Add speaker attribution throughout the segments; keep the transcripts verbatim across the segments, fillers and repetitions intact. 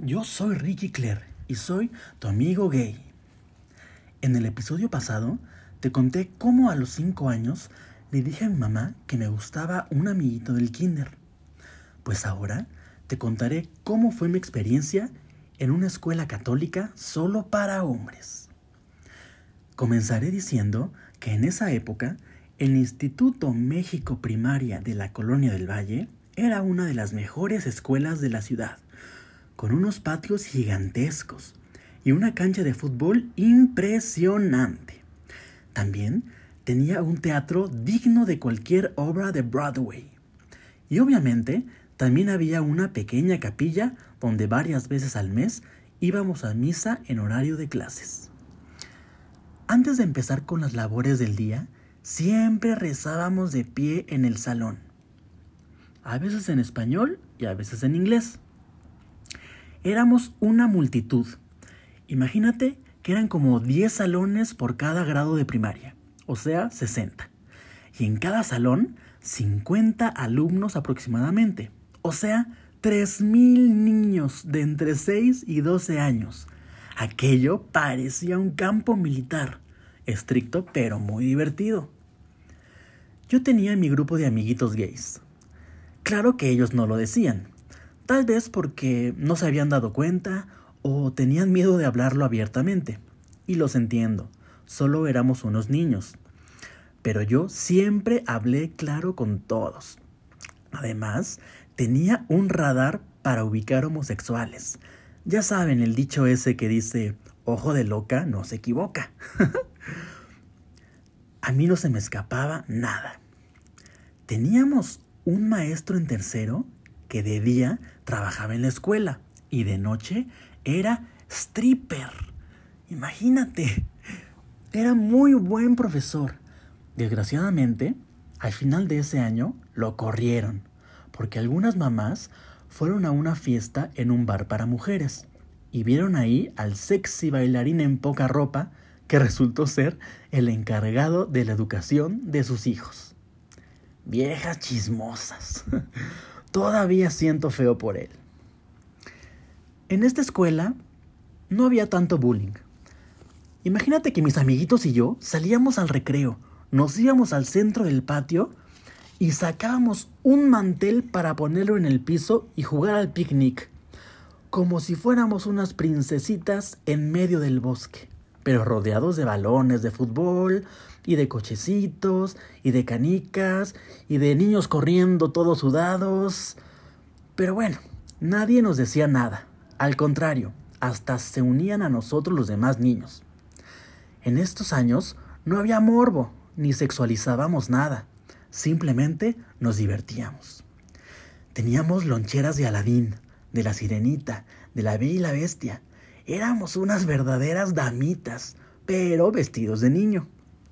Speaker 1: Yo soy Ricky Claire y soy tu amigo gay. En el episodio pasado te conté cómo a los cinco años le dije a mi mamá que me gustaba un amiguito del kinder. Pues ahora te contaré cómo fue mi experiencia en una escuela católica solo para hombres. Comenzaré diciendo que en esa época el Instituto México Primaria de la Colonia del Valle era una de las mejores escuelas de la ciudad, con unos patios gigantescos y una cancha de fútbol impresionante. También tenía un teatro digno de cualquier obra de Broadway. Y obviamente también había una pequeña capilla donde varias veces al mes íbamos a misa en horario de clases. Antes de empezar con las labores del día, siempre rezábamos de pie en el salón. A veces en español y a veces en inglés. Éramos una multitud. Imagínate que eran como diez salones por cada grado de primaria, o sea, sesenta. Y en cada salón, cincuenta alumnos aproximadamente, o sea, tres mil niños de entre seis y doce años. Aquello parecía un campo militar, estricto pero muy divertido. Yo tenía mi grupo de amiguitos gays. Claro que ellos no lo decían, tal vez porque no se habían dado cuenta o tenían miedo de hablarlo abiertamente. Y los entiendo, solo éramos unos niños. Pero yo siempre hablé claro con todos. Además, tenía un radar para ubicar homosexuales. Ya saben el dicho ese que dice, ojo de loca no se equivoca. A mí no se me escapaba nada. Teníamos un maestro en tercero que de día trabajaba en la escuela y de noche era stripper. Imagínate, era muy buen profesor. Desgraciadamente, al final de ese año lo corrieron porque algunas mamás fueron a una fiesta en un bar para mujeres y vieron ahí al sexy bailarín en poca ropa que resultó ser el encargado de la educación de sus hijos. Viejas chismosas. Todavía siento feo por él. En esta escuela no había tanto bullying. Imagínate que mis amiguitos y yo salíamos al recreo, nos íbamos al centro del patio y sacábamos un mantel para ponerlo en el piso y jugar al picnic, como si fuéramos unas princesitas en medio del bosque, pero rodeados de balones de fútbol y de cochecitos y de canicas y de niños corriendo todos sudados. Pero bueno, nadie nos decía nada. Al contrario, hasta se unían a nosotros los demás niños. En estos años no había morbo, ni sexualizábamos nada. Simplemente nos divertíamos. Teníamos loncheras de Aladín, de la Sirenita, de la Bella y la Bestia. Éramos unas verdaderas damitas, pero vestidos de niño.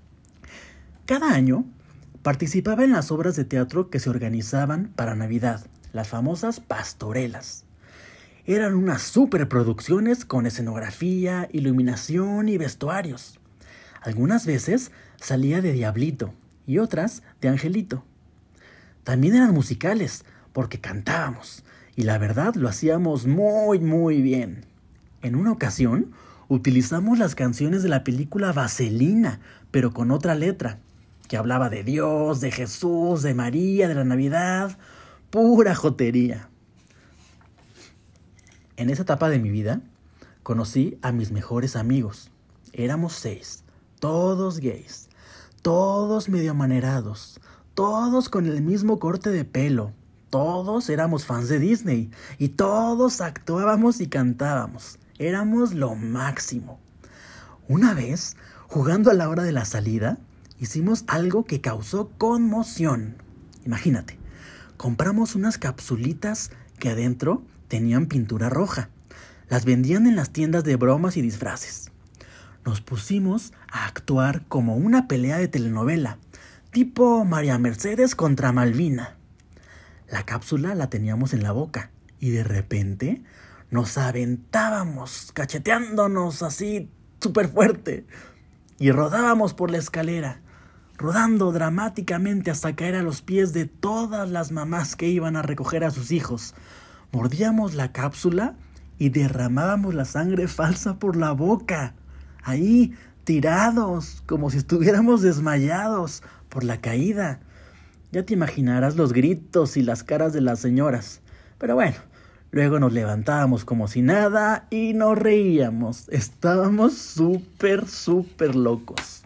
Speaker 1: Cada año participaba en las obras de teatro que se organizaban para Navidad, las famosas pastorelas. Eran unas superproducciones con escenografía, iluminación y vestuarios. Algunas veces salía de Diablito y otras de Angelito. También eran musicales porque cantábamos y la verdad lo hacíamos muy muy bien. En una ocasión utilizamos las canciones de la película Vaselina, pero con otra letra, que hablaba de Dios, de Jesús, de María, de la Navidad, pura jotería. En esa etapa de mi vida, conocí a mis mejores amigos. Éramos seis, todos gays, todos medio amanerados, todos con el mismo corte de pelo, todos éramos fans de Disney y todos actuábamos y cantábamos. Éramos lo máximo. Una vez, jugando a la hora de la salida, hicimos algo que causó conmoción. Imagínate, compramos unas capsulitas que adentro tenían pintura roja. Las vendían en las tiendas de bromas y disfraces. Nos pusimos a actuar como una pelea de telenovela, tipo María Mercedes contra Malvina. La cápsula la teníamos en la boca y de repente nos aventábamos, cacheteándonos así súper fuerte y rodábamos por la escalera, rodando dramáticamente hasta caer a los pies de todas las mamás que iban a recoger a sus hijos. Mordíamos la cápsula y derramábamos la sangre falsa por la boca. Ahí, tirados, como si estuviéramos desmayados por la caída. Ya te imaginarás los gritos y las caras de las señoras. Pero bueno, luego nos levantábamos como si nada y nos reíamos. Estábamos súper, súper locos.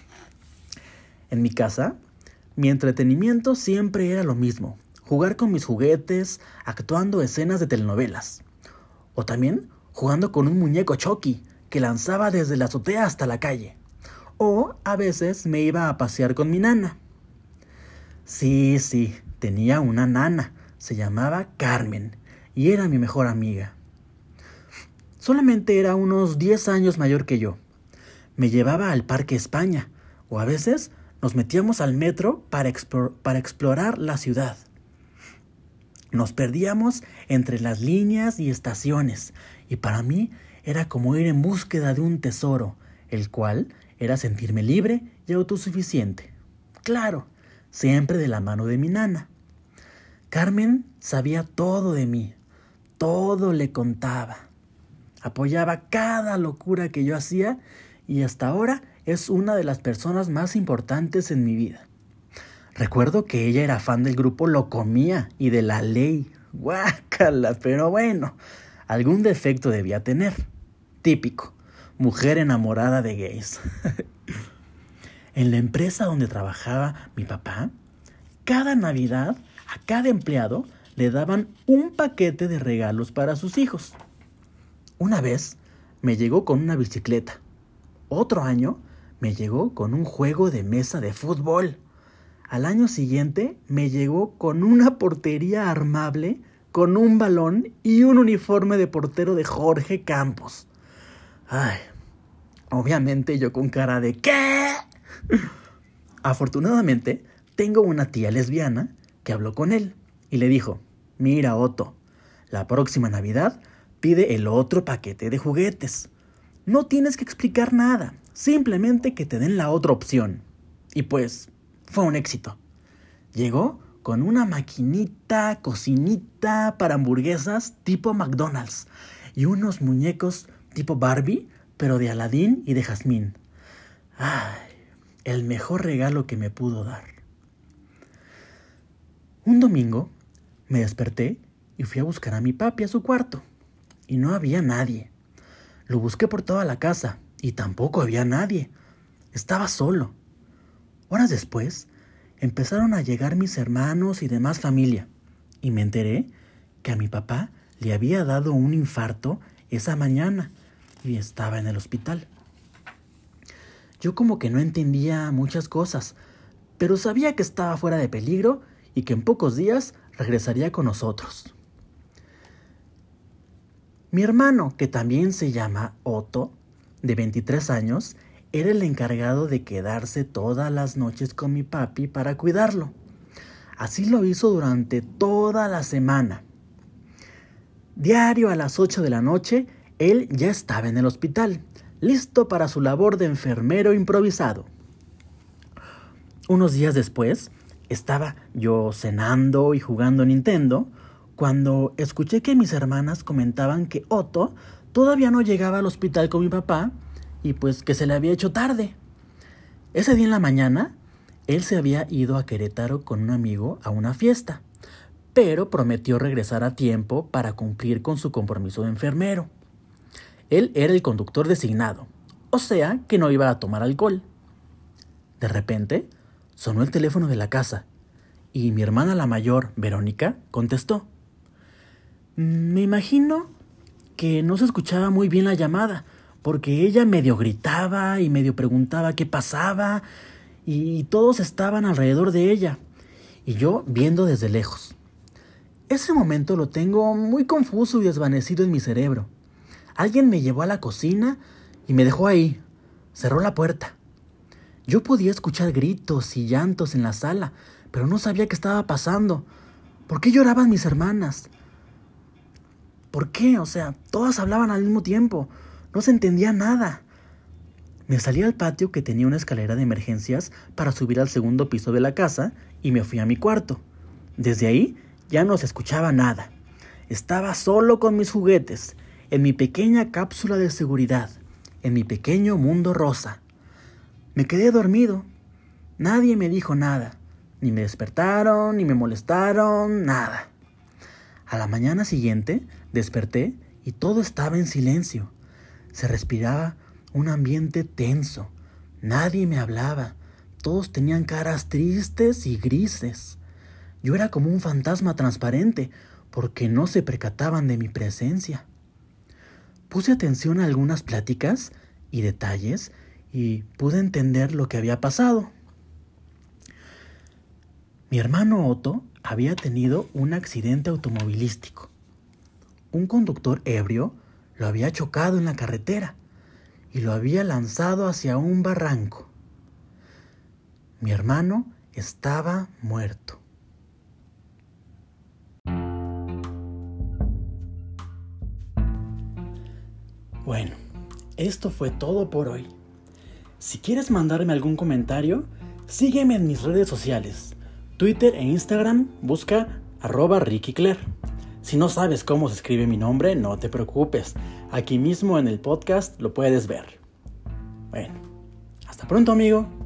Speaker 1: En mi casa, mi entretenimiento siempre era lo mismo. Jugar con mis juguetes, actuando escenas de telenovelas. O también jugando con un muñeco Chucky que lanzaba desde la azotea hasta la calle. O a veces me iba a pasear con mi nana. Sí, sí, tenía una nana. Se llamaba Carmen y era mi mejor amiga. Solamente era unos diez años mayor que yo. Me llevaba al Parque España o a veces nos metíamos al metro para, explor- para explorar la ciudad. Nos perdíamos entre las líneas y estaciones y para mí era como ir en búsqueda de un tesoro, el cual era sentirme libre y autosuficiente. Claro, siempre de la mano de mi nana. Carmen sabía todo de mí, todo le contaba. Apoyaba cada locura que yo hacía y hasta ahora es una de las personas más importantes en mi vida. Recuerdo que ella era fan del grupo Locomía y de La Ley. Guácala, pero bueno, algún defecto debía tener. Típico, mujer enamorada de gays. En la empresa donde trabajaba mi papá, cada Navidad a cada empleado le daban un paquete de regalos para sus hijos. Una vez me llegó con una bicicleta. Otro año me llegó con un juego de mesa de fútbol. Al año siguiente me llegó con una portería armable, con un balón y un uniforme de portero de Jorge Campos. Ay, obviamente yo con cara de ¿qué? Afortunadamente tengo una tía lesbiana que habló con él y le dijo: mira, Otto, la próxima Navidad pide el otro paquete de juguetes. No tienes que explicar nada, simplemente que te den la otra opción. Y pues fue un éxito. Llegó con una maquinita, cocinita para hamburguesas tipo McDonald's y unos muñecos tipo Barbie, pero de Aladín y de Jazmín. Ay, el mejor regalo que me pudo dar. Un domingo me desperté y fui a buscar a mi papi a su cuarto. Y no había nadie. Lo busqué por toda la casa y tampoco había nadie. Estaba solo. Horas después, empezaron a llegar mis hermanos y demás familia. Y me enteré que a mi papá le había dado un infarto esa mañana y estaba en el hospital. Yo como que no entendía muchas cosas, pero sabía que estaba fuera de peligro y que en pocos días regresaría con nosotros. Mi hermano, que también se llama Otto, de veintitrés años, era el encargado de quedarse todas las noches con mi papi para cuidarlo. Así lo hizo durante toda la semana. Diario a las ocho de la noche, él ya estaba en el hospital, listo para su labor de enfermero improvisado. Unos días después, estaba yo cenando y jugando Nintendo cuando escuché que mis hermanas comentaban que Otto todavía no llegaba al hospital con mi papá y pues que se le había hecho tarde. Ese día en la mañana, él se había ido a Querétaro con un amigo a una fiesta, pero prometió regresar a tiempo para cumplir con su compromiso de enfermero. Él era el conductor designado, o sea que no iba a tomar alcohol. De repente, sonó el teléfono de la casa y mi hermana la mayor, Verónica, contestó. Me imagino que no se escuchaba muy bien la llamada, porque ella medio gritaba y medio preguntaba qué pasaba y todos estaban alrededor de ella y yo viendo desde lejos. Ese momento lo tengo muy confuso y desvanecido en mi cerebro. Alguien me llevó a la cocina y me dejó ahí. Cerró la puerta. Yo podía escuchar gritos y llantos en la sala, pero no sabía qué estaba pasando. ¿Por qué lloraban mis hermanas? ¿Por qué? O sea, todas hablaban al mismo tiempo. No se entendía nada. Me salí al patio que tenía una escalera de emergencias para subir al segundo piso de la casa y me fui a mi cuarto. Desde ahí ya no se escuchaba nada. Estaba solo con mis juguetes. en mi pequeña cápsula de seguridad, en mi pequeño mundo rosa. Me quedé dormido. Nadie me dijo nada. Ni me despertaron, ni me molestaron, nada. A la mañana siguiente desperté y todo estaba en silencio. Se respiraba un ambiente tenso. Nadie me hablaba. Todos tenían caras tristes y grises. Yo era como un fantasma transparente porque no se percataban de mi presencia. Puse atención a algunas pláticas y detalles y pude entender lo que había pasado. Mi hermano Otto había tenido un accidente automovilístico. Un conductor ebrio lo había chocado en la carretera y lo había lanzado hacia un barranco. Mi hermano estaba muerto. Bueno, esto fue todo por hoy. Si quieres mandarme algún comentario, sígueme en mis redes sociales. Twitter e Instagram, busca arroba Ricky Claire. Si no sabes cómo se escribe mi nombre, no te preocupes. Aquí mismo en el podcast lo puedes ver. Bueno, hasta pronto, amigo.